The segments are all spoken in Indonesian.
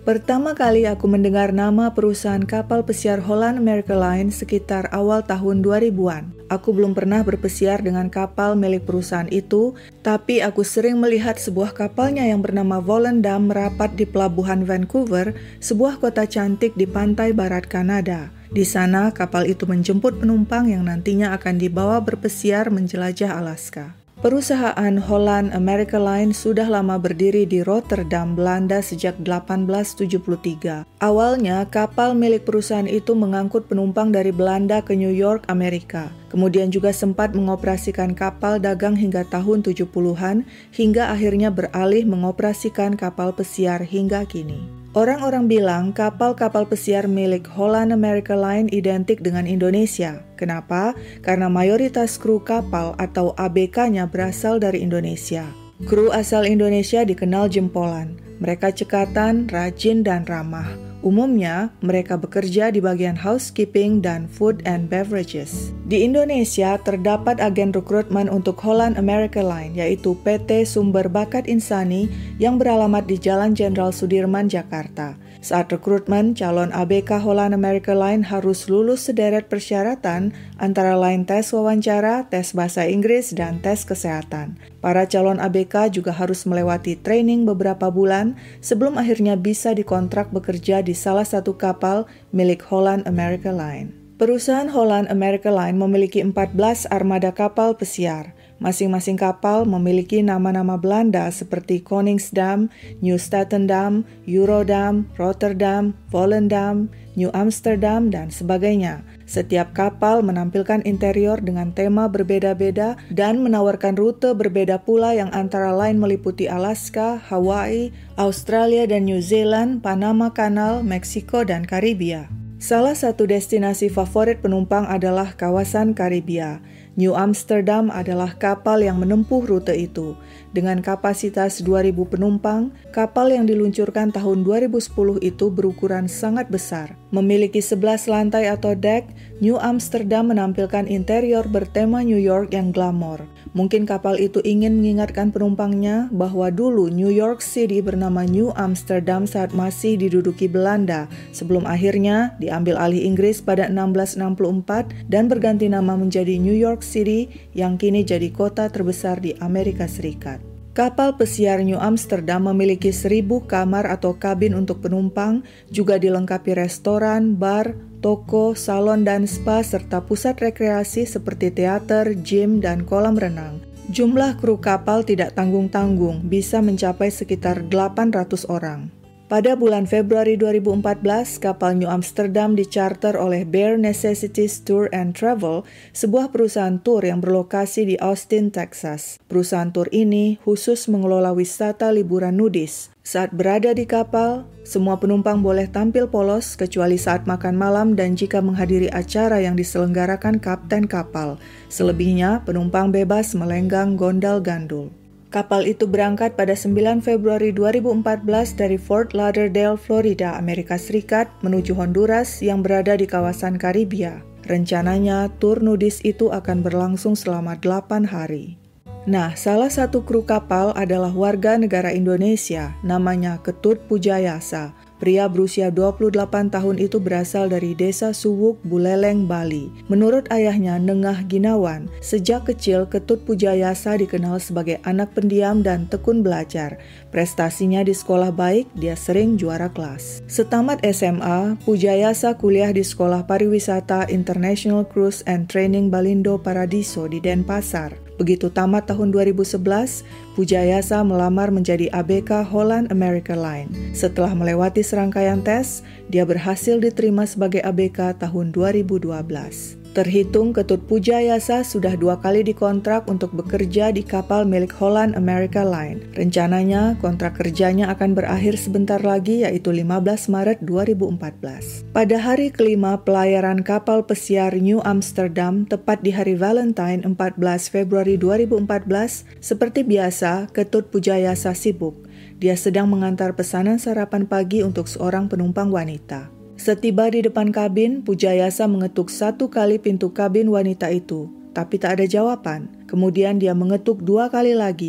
Pertama kali aku mendengar nama perusahaan kapal pesiar Holland America Line sekitar awal tahun 2000-an. Aku belum pernah berpesiar dengan kapal milik perusahaan itu, tapi aku sering melihat sebuah kapalnya yang bernama Volendam merapat di pelabuhan Vancouver, sebuah kota cantik di pantai barat Kanada. Di sana, kapal itu menjemput penumpang yang nantinya akan dibawa berpesiar menjelajah Alaska. Perusahaan Holland America Line sudah lama berdiri di Rotterdam, Belanda sejak 1873. Awalnya, kapal milik perusahaan itu mengangkut penumpang dari Belanda ke New York, Amerika. Kemudian juga sempat mengoperasikan kapal dagang hingga tahun 70-an, hingga akhirnya beralih mengoperasikan kapal pesiar hingga kini. Orang-orang bilang kapal-kapal pesiar milik Holland America Line identik dengan Indonesia. Kenapa? Karena mayoritas kru kapal atau ABK-nya berasal dari Indonesia. Kru asal Indonesia dikenal jempolan. Mereka cekatan, rajin, dan ramah. Umumnya, mereka bekerja di bagian housekeeping dan food and beverages. Di Indonesia, terdapat agen rekrutmen untuk Holland America Line, yaitu PT Sumber Bakat Insani yang beralamat di Jalan Jenderal Sudirman, Jakarta. Saat rekrutmen, calon ABK Holland America Line harus lulus sederet persyaratan, antara lain tes wawancara, tes bahasa Inggris, dan tes kesehatan. Para calon ABK juga harus melewati training beberapa bulan sebelum akhirnya bisa dikontrak bekerja di salah satu kapal milik Holland America Line. Perusahaan Holland America Line memiliki 14 armada kapal pesiar. Masing-masing kapal memiliki nama-nama Belanda seperti Koningsdam, New Statendam, Eurodam, Rotterdam, Volendam, New Amsterdam, dan sebagainya. Setiap kapal menampilkan interior dengan tema berbeda-beda dan menawarkan rute berbeda pula yang antara lain meliputi Alaska, Hawaii, Australia dan New Zealand, Panama Canal, Meksiko, dan Karibia. Salah satu destinasi favorit penumpang adalah kawasan Karibia. New Amsterdam adalah kapal yang menempuh rute itu. Dengan kapasitas 2.000 penumpang, kapal yang diluncurkan tahun 2010 itu berukuran sangat besar. Memiliki 11 lantai atau deck, New Amsterdam menampilkan interior bertema New York yang glamor. Mungkin kapal itu ingin mengingatkan penumpangnya bahwa dulu New York City bernama New Amsterdam saat masih diduduki Belanda, sebelum akhirnya diambil alih Inggris pada 1664 dan berganti nama menjadi New York City yang kini jadi kota terbesar di Amerika Serikat. Kapal pesiar New Amsterdam memiliki 1.000 kamar atau kabin untuk penumpang, juga dilengkapi restoran, bar, toko, salon dan spa, serta pusat rekreasi seperti teater, gym, dan kolam renang. Jumlah kru kapal tidak tanggung-tanggung, bisa mencapai sekitar 800 orang. Pada bulan Februari 2014, kapal New Amsterdam dicharter oleh Bare Necessities Tour and Travel, sebuah perusahaan tur yang berlokasi di Austin, Texas. Perusahaan tur ini khusus mengelola wisata liburan nudis. Saat berada di kapal, semua penumpang boleh tampil polos kecuali saat makan malam dan jika menghadiri acara yang diselenggarakan kapten kapal. Selebihnya, penumpang bebas melenggang gondal-gandul. Kapal itu berangkat pada 9 Februari 2014 dari Fort Lauderdale, Florida, Amerika Serikat menuju Honduras yang berada di kawasan Karibia. Rencananya, tur nudis itu akan berlangsung selama 8 hari. Nah, salah satu kru kapal adalah warga negara Indonesia, namanya Ketut Pujayasa. Pria berusia 28 tahun itu berasal dari desa Suwuk, Buleleng, Bali. Menurut ayahnya, Nengah Ginawan, sejak kecil Ketut Pujayasa dikenal sebagai anak pendiam dan tekun belajar. Prestasinya di sekolah baik, dia sering juara kelas. Setamat SMA, Pujayasa kuliah di Sekolah Pariwisata International Cruise and Training Balindo Paradiso di Denpasar. Begitu tamat tahun 2011, Pujayasa melamar menjadi ABK Holland America Line. Setelah melewati serangkaian tes, dia berhasil diterima sebagai ABK tahun 2012. Terhitung Ketut Pujayasa sudah 2 kali dikontrak untuk bekerja di kapal milik Holland America Line. Rencananya kontrak kerjanya akan berakhir sebentar lagi yaitu 15 Maret 2014. Pada hari kelima pelayaran kapal pesiar New Amsterdam tepat di hari Valentine 14 Februari 2014, seperti biasa Ketut Pujayasa sibuk. Dia sedang mengantar pesanan sarapan pagi untuk seorang penumpang wanita. Setiba di depan kabin, Pujayasa mengetuk 1 kali pintu kabin wanita itu, tapi tak ada jawaban. Kemudian dia mengetuk 2 kali lagi,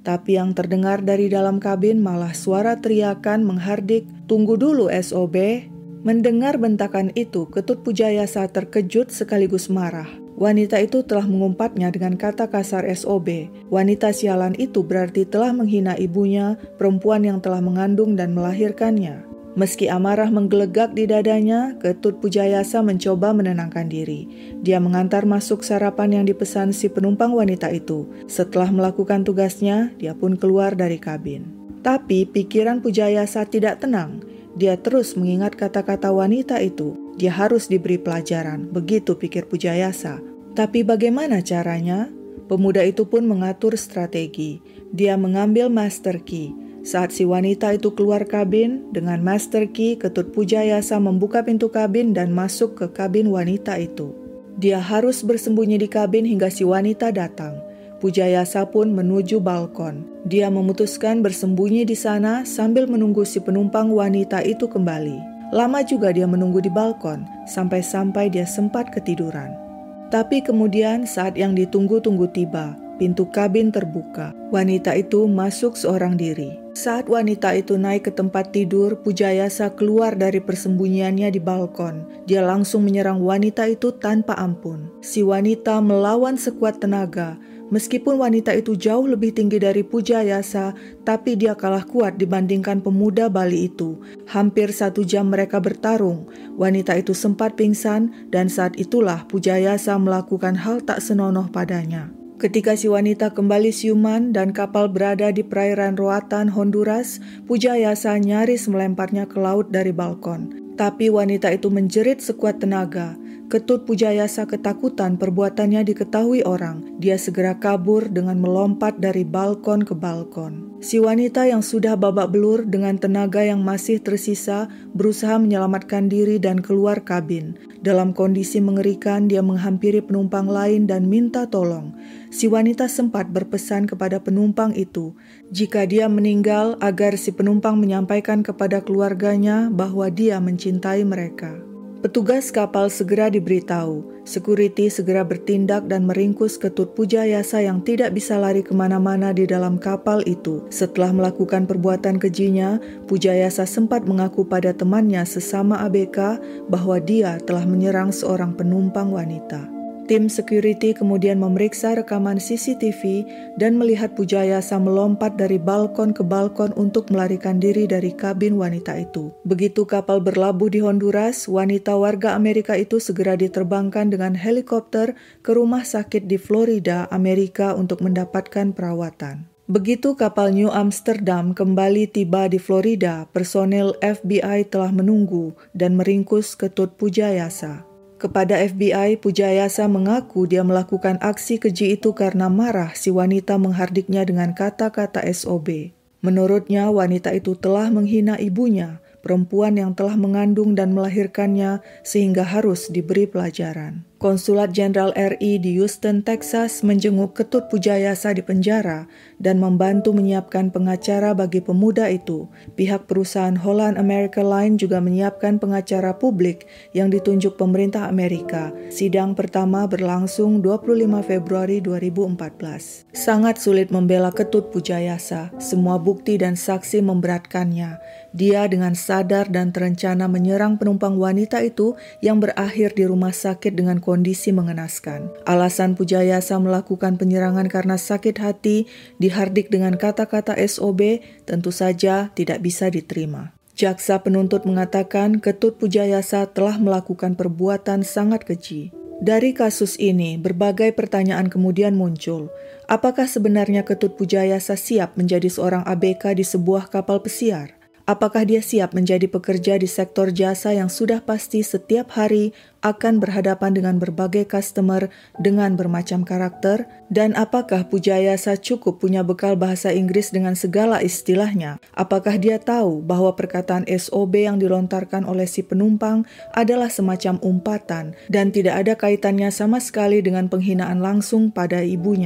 Tapi yang terdengar dari dalam kabin malah suara teriakan menghardik, "Tunggu dulu SOB." Mendengar bentakan itu, Ketut Pujayasa terkejut sekaligus marah. Wanita itu telah mengumpatnya dengan kata kasar SOB. Wanita sialan itu berarti telah menghina ibunya, perempuan yang telah mengandung dan melahirkannya. Meski amarah menggelegak di dadanya, Ketut Pujayasa mencoba menenangkan diri. Dia mengantar masuk sarapan yang dipesan si penumpang wanita itu. Setelah melakukan tugasnya, dia pun keluar dari kabin. Tapi pikiran Pujayasa tidak tenang. Dia terus mengingat kata-kata wanita itu. Dia harus diberi pelajaran, begitu pikir Pujayasa. Tapi bagaimana caranya? Pemuda itu pun mengatur strategi. Dia mengambil master key. Saat si wanita itu keluar kabin, dengan master key, Ketut Pujayasa membuka pintu kabin dan masuk ke kabin wanita itu. Dia harus bersembunyi di kabin hingga si wanita datang. Pujayasa pun menuju balkon. Dia memutuskan bersembunyi di sana sambil menunggu si penumpang wanita itu kembali. Lama juga dia menunggu di balkon, sampai-sampai dia sempat ketiduran. Tapi kemudian saat yang ditunggu-tunggu tiba, pintu kabin terbuka. Wanita itu masuk seorang diri. Saat wanita itu naik ke tempat tidur, Pujayasa keluar dari persembunyiannya di balkon. Dia langsung menyerang wanita itu tanpa ampun. Si wanita melawan sekuat tenaga. Meskipun wanita itu jauh lebih tinggi dari Pujayasa, tapi dia kalah kuat dibandingkan pemuda Bali itu. Hampir 1 jam mereka bertarung. Wanita itu sempat pingsan dan saat itulah Pujayasa melakukan hal tak senonoh padanya. Ketika si wanita kembali siuman dan kapal berada di perairan Roatan, Honduras, Pujayasa nyaris melemparnya ke laut dari balkon. Tapi wanita itu menjerit sekuat tenaga. Ketut Pujayasa ketakutan perbuatannya diketahui orang. Dia segera kabur dengan melompat dari balkon ke balkon. Si wanita yang sudah babak belur dengan tenaga yang masih tersisa berusaha menyelamatkan diri dan keluar kabin. Dalam kondisi mengerikan, dia menghampiri penumpang lain dan minta tolong. Si wanita sempat berpesan kepada penumpang itu, jika dia meninggal agar si penumpang menyampaikan kepada keluarganya bahwa dia mencintai mereka. Petugas kapal segera diberitahu. Security segera bertindak dan meringkus Ketut Pujayasa yang tidak bisa lari kemana-mana di dalam kapal itu. Setelah melakukan perbuatan kejinya, Pujayasa sempat mengaku pada temannya sesama ABK bahwa dia telah menyerang seorang penumpang wanita. Tim security kemudian memeriksa rekaman CCTV dan melihat Pujayasa melompat dari balkon ke balkon untuk melarikan diri dari kabin wanita itu. Begitu kapal berlabuh di Honduras, wanita warga Amerika itu segera diterbangkan dengan helikopter ke rumah sakit di Florida, Amerika untuk mendapatkan perawatan. Begitu kapal New Amsterdam kembali tiba di Florida, personel FBI telah menunggu dan meringkus Ketut Pujayasa. Kepada FBI, Pujayasa mengaku dia melakukan aksi keji itu karena marah si wanita menghardiknya dengan kata-kata SOB. Menurutnya, wanita itu telah menghina ibunya, perempuan yang telah mengandung dan melahirkannya, sehingga harus diberi pelajaran. Konsulat Jenderal RI di Houston, Texas menjenguk Ketut Pujayasa di penjara dan membantu menyiapkan pengacara bagi pemuda itu. Pihak perusahaan Holland America Line juga menyiapkan pengacara publik yang ditunjuk pemerintah Amerika. Sidang pertama berlangsung 25 Februari 2014. Sangat sulit membela Ketut Pujayasa. Semua bukti dan saksi memberatkannya. Dia dengan sadar dan terencana menyerang penumpang wanita itu yang berakhir di rumah sakit dengan kondisi mengenaskan. Alasan Pujayasa melakukan penyerangan karena sakit hati dihardik dengan kata-kata SOB tentu saja tidak bisa diterima. Jaksa penuntut mengatakan Ketut Pujayasa telah melakukan perbuatan sangat keji. Dari kasus ini, berbagai pertanyaan kemudian muncul. Apakah sebenarnya Ketut Pujayasa siap menjadi seorang ABK di sebuah kapal pesiar? Apakah dia siap menjadi pekerja di sektor jasa yang sudah pasti setiap hari akan berhadapan dengan berbagai customer dengan bermacam karakter? Dan apakah Pujayasa cukup punya bekal bahasa Inggris dengan segala istilahnya? Apakah dia tahu bahwa perkataan SOB yang dilontarkan oleh si penumpang adalah semacam umpatan dan tidak ada kaitannya sama sekali dengan penghinaan langsung pada ibunya?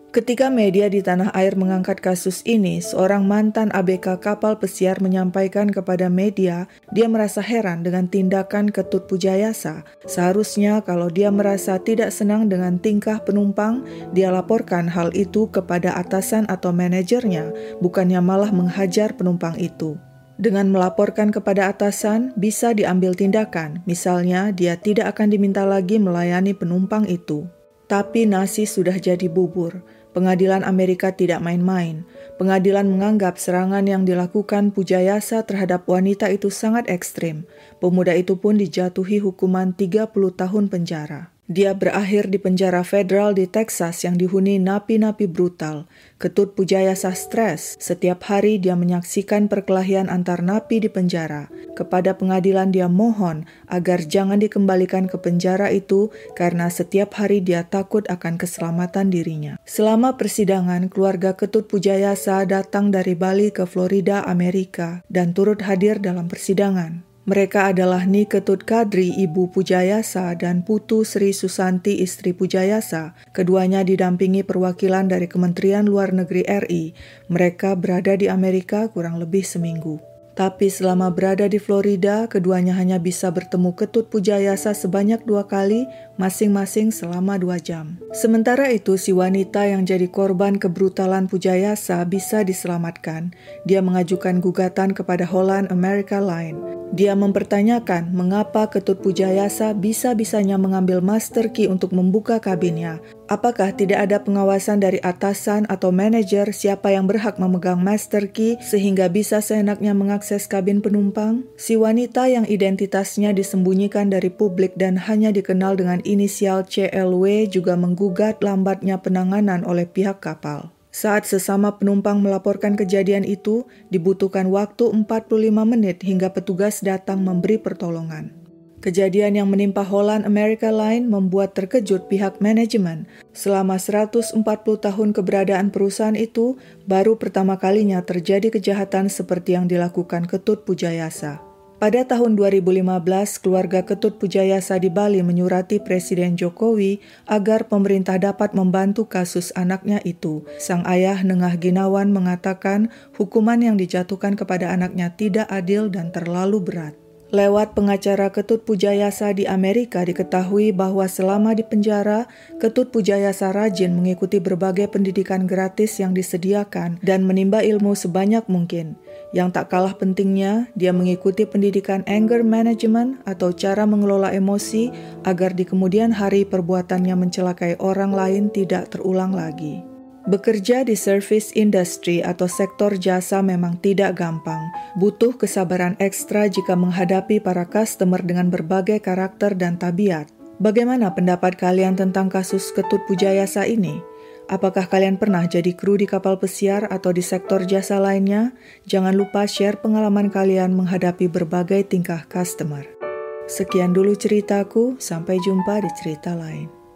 Ketika media di tanah air mengangkat kasus ini, seorang mantan ABK kapal pesiar menyampaikan kepada media dia merasa heran dengan tindakan Ketut Pujayasa. Seharusnya kalau dia merasa tidak senang dengan tingkah penumpang, dia laporkan hal itu kepada atasan atau manajernya, bukannya malah menghajar penumpang itu. Dengan melaporkan kepada atasan, bisa diambil tindakan, misalnya dia tidak akan diminta lagi melayani penumpang itu. Tapi nasi sudah jadi bubur. Pengadilan Amerika tidak main-main. Pengadilan menganggap serangan yang dilakukan Pujayasa terhadap wanita itu sangat ekstrim. Pemuda itu pun dijatuhi hukuman 30 tahun penjara. Dia berakhir di penjara federal di Texas yang dihuni napi-napi brutal. Ketut Pujayasa stres. Setiap hari dia menyaksikan perkelahian antar napi di penjara. Kepada pengadilan dia mohon agar jangan dikembalikan ke penjara itu karena setiap hari dia takut akan keselamatan dirinya. Selama persidangan, keluarga Ketut Pujayasa datang dari Bali ke Florida, Amerika dan turut hadir dalam persidangan. Mereka adalah Ni Ketut Kadri, ibu Pujayasa, dan Putu Sri Susanti, istri Pujayasa. Keduanya didampingi perwakilan dari Kementerian Luar Negeri RI. Mereka berada di Amerika kurang lebih seminggu. Tapi selama berada di Florida, keduanya hanya bisa bertemu Ketut Pujayasa sebanyak 2 kali, masing-masing selama 2 jam. Sementara itu, si wanita yang jadi korban kebrutalan Pujayasa bisa diselamatkan. Dia mengajukan gugatan kepada Holland America Line. Dia mempertanyakan mengapa Ketut Pujayasa bisa-bisanya mengambil master key untuk membuka kabinnya. Apakah tidak ada pengawasan dari atasan atau manajer siapa yang berhak memegang master key sehingga bisa seenaknya mengakses kabin penumpang? Si wanita yang identitasnya disembunyikan dari publik dan hanya dikenal dengan inisial CLW juga menggugat lambatnya penanganan oleh pihak kapal. Saat sesama penumpang melaporkan kejadian itu, dibutuhkan waktu 45 menit hingga petugas datang memberi pertolongan. Kejadian yang menimpa Holland America Line membuat terkejut pihak manajemen. Selama 140 tahun keberadaan perusahaan itu, baru pertama kalinya terjadi kejahatan seperti yang dilakukan Ketut Pujayasa. Pada tahun 2015, keluarga Ketut Pujayasa di Bali menyurati Presiden Jokowi agar pemerintah dapat membantu kasus anaknya itu. Sang ayah Nengah Ginawan mengatakan hukuman yang dijatuhkan kepada anaknya tidak adil dan terlalu berat. Lewat pengacara Ketut Pujayasa di Amerika diketahui bahwa selama di penjara, Ketut Pujayasa rajin mengikuti berbagai pendidikan gratis yang disediakan dan menimba ilmu sebanyak mungkin. Yang tak kalah pentingnya, dia mengikuti pendidikan anger management atau cara mengelola emosi agar di kemudian hari perbuatannya mencelakai orang lain tidak terulang lagi. Bekerja di service industry atau sektor jasa memang tidak gampang. Butuh kesabaran ekstra jika menghadapi para customer dengan berbagai karakter dan tabiat. Bagaimana pendapat kalian tentang kasus Ketut Pujayasa ini? Apakah kalian pernah jadi kru di kapal pesiar atau di sektor jasa lainnya? Jangan lupa share pengalaman kalian menghadapi berbagai tingkah customer. Sekian dulu ceritaku, sampai jumpa di cerita lain.